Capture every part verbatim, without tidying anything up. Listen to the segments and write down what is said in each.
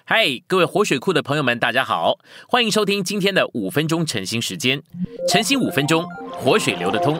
嗨，各位活水库的朋友们，大家好，欢迎收听今天的五分钟晨兴时间。晨兴五分钟，活水流得通。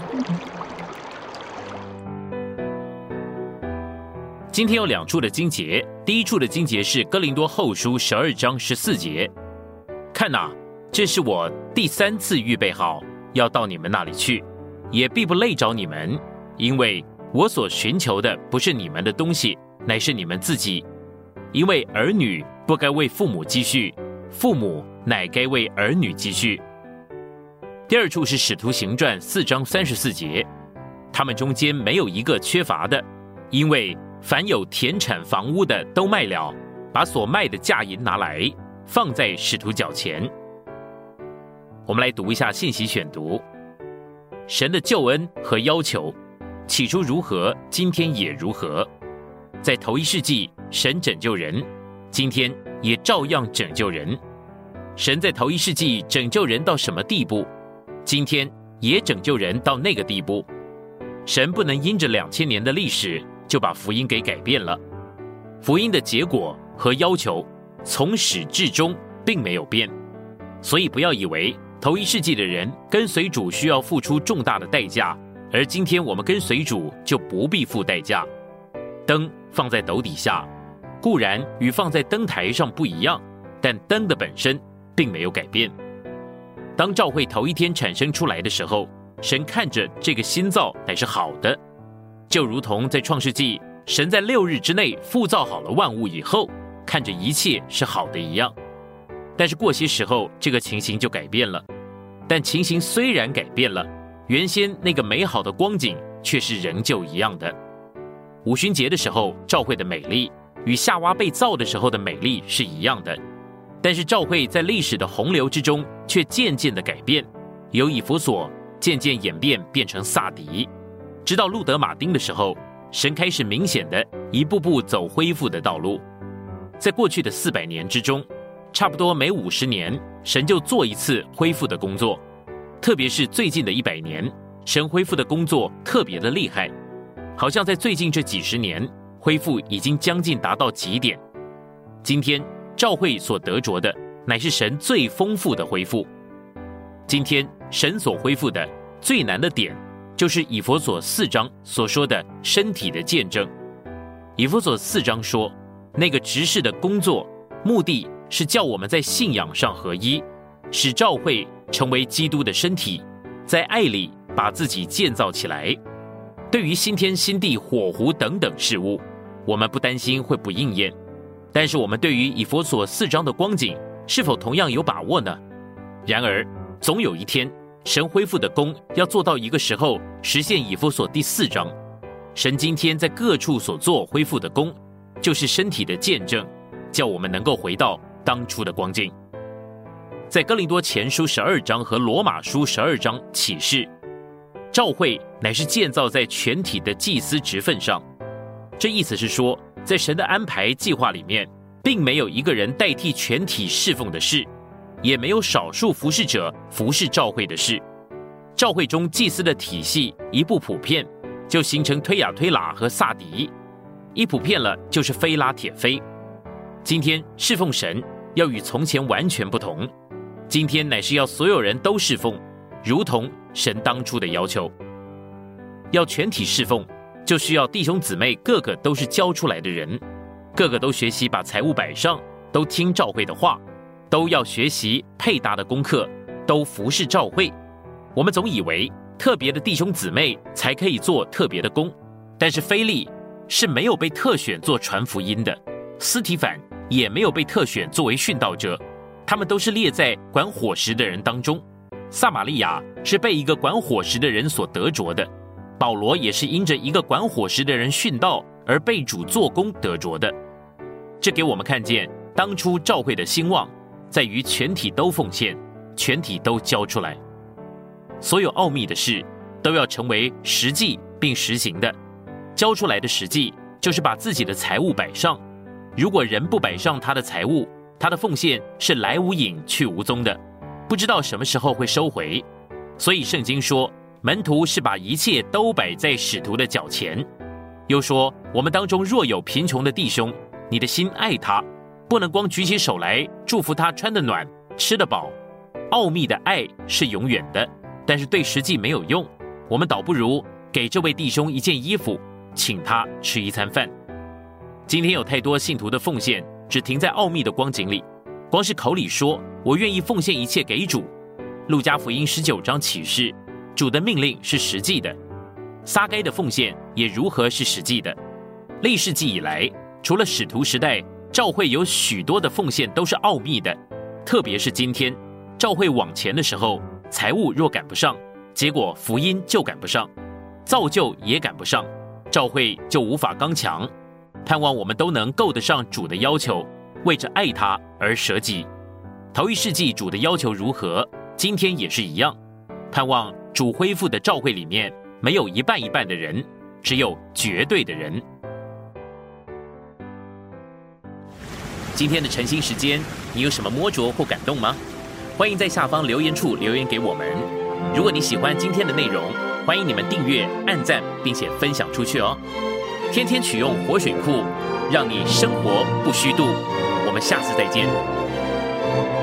今天有两处的经节，第一处的经节是哥林多后书十二章十四节。看哪，这是我第三次预备好，要到你们那里去，也必不累着你们，因为我所寻求的不是你们的东西，乃是你们自己。因为儿女不该为父母积蓄，父母乃该为儿女积蓄。第二处是使徒行传四章三十四节，他们中间没有一个缺乏的，因为凡有田产房屋的都卖了，把所卖的价银拿来，放在使徒脚前。我们来读一下信息选读。神的救恩和要求，起初如何，今天也如何。在头一世纪，神拯救人，今天也照样拯救人。神在头一世纪拯救人到什么地步，今天也拯救人到那个地步。神不能因着两千年的历史就把福音给改变了。福音的结果和要求从始至终并没有变，所以不要以为头一世纪的人跟随主需要付出重大的代价，而今天我们跟随主就不必付代价。灯放在斗底下，固然与放在灯台上不一样，但灯的本身并没有改变。当教会头一天产生出来的时候，神看着这个新造乃是好的，就如同在创世纪，神在六日之内复造好了万物以后，看着一切是好的一样。但是过些时候，这个情形就改变了。但情形虽然改变了，原先那个美好的光景却是仍旧一样的。五旬节的时候，教会的美丽与夏娃被造的时候的美丽是一样的，但是教会在历史的洪流之中却渐渐的改变，由以弗所渐渐演变变成撒狄，直到路德马丁的时候，神开始明显的一步步走恢复的道路。在过去的四百年之中，差不多每五十年神就做一次恢复的工作，特别是最近的一百年，神恢复的工作特别的厉害，好像在最近这几十年，恢复已经将近达到极点。今天教会所得着的乃是神最丰富的恢复。今天神所恢复的最难的点，就是以弗所四章所说的身体的见证。以弗所四章说，那个执事的工作目的是叫我们在信仰上合一，使教会成为基督的身体，在爱里把自己建造起来。对于新天新地火湖等等事物，我们不担心会不应验，但是我们对于以弗所四章的光景是否同样有把握呢？然而总有一天，神恢复的功要做到一个时候实现以弗所第四章。神今天在各处所做恢复的功，就是身体的见证，叫我们能够回到当初的光景。在哥林多前书十二章和罗马书十二章启示，教会乃是建造在全体的祭司职分上。这意思是说，在神的安排计划里面，并没有一个人代替全体侍奉的事，也没有少数服侍者服侍教会的事。教会中祭司的体系一不普遍，就形成推雅推喇和撒狄，一普遍了就是非拉铁非。今天侍奉神要与从前完全不同，今天乃是要所有人都侍奉，如同神当初的要求。要全体侍奉，就需要弟兄姊妹个个都是教出来的人，个个都学习把财物摆上，都听教会的话，都要学习配搭的功课，都服侍教会。我们总以为特别的弟兄姊妹才可以做特别的工，但是腓力是没有被特选做传福音的，司提反也没有被特选作为殉道者，他们都是列在管伙食的人当中。撒玛利亚是被一个管伙食的人所得着的，保罗也是因着一个管伙食的人殉道而被主做工得着的。这给我们看见当初教会的兴旺在于全体都奉献，全体都交出来。所有奥秘的事都要成为实际并实行的，交出来的实际就是把自己的财物摆上。如果人不摆上他的财物，他的奉献是来无影去无踪的，不知道什么时候会收回。所以圣经说，门徒是把一切都摆在使徒的脚前。又说，我们当中若有贫穷的弟兄，你的心爱他， 不能光举起手来祝福他穿得暖、吃得饱。奥秘的爱是永远的，但是对实际没有用。我们倒不如给这位弟兄一件衣服，请他吃一餐饭。今天有太多信徒的奉献只停在奥秘的光景里，光是口里说我愿意奉献一切给主。路加福音十九章启示，主的命令是实际的，撒该的奉献也如何是实际的。历世纪以来，除了使徒时代，教会有许多的奉献都是奥秘的，特别是今天教会往前的时候，财务若赶不上，结果福音就赶不上，造就也赶不上，教会就无法刚强。盼望我们都能够得上主的要求，为着爱他而舍己。头一世纪主的要求如何，今天也是一样。盼望主恢复的教会里面，没有一半一半的人，只有绝对的人。今天的晨星时间，你有什么摸着或感动吗？欢迎在下方留言处留言给我们。如果你喜欢今天的内容，欢迎你们订阅、按赞，并且分享出去哦。天天取用活水库，让你生活不虚度。我们下次再见。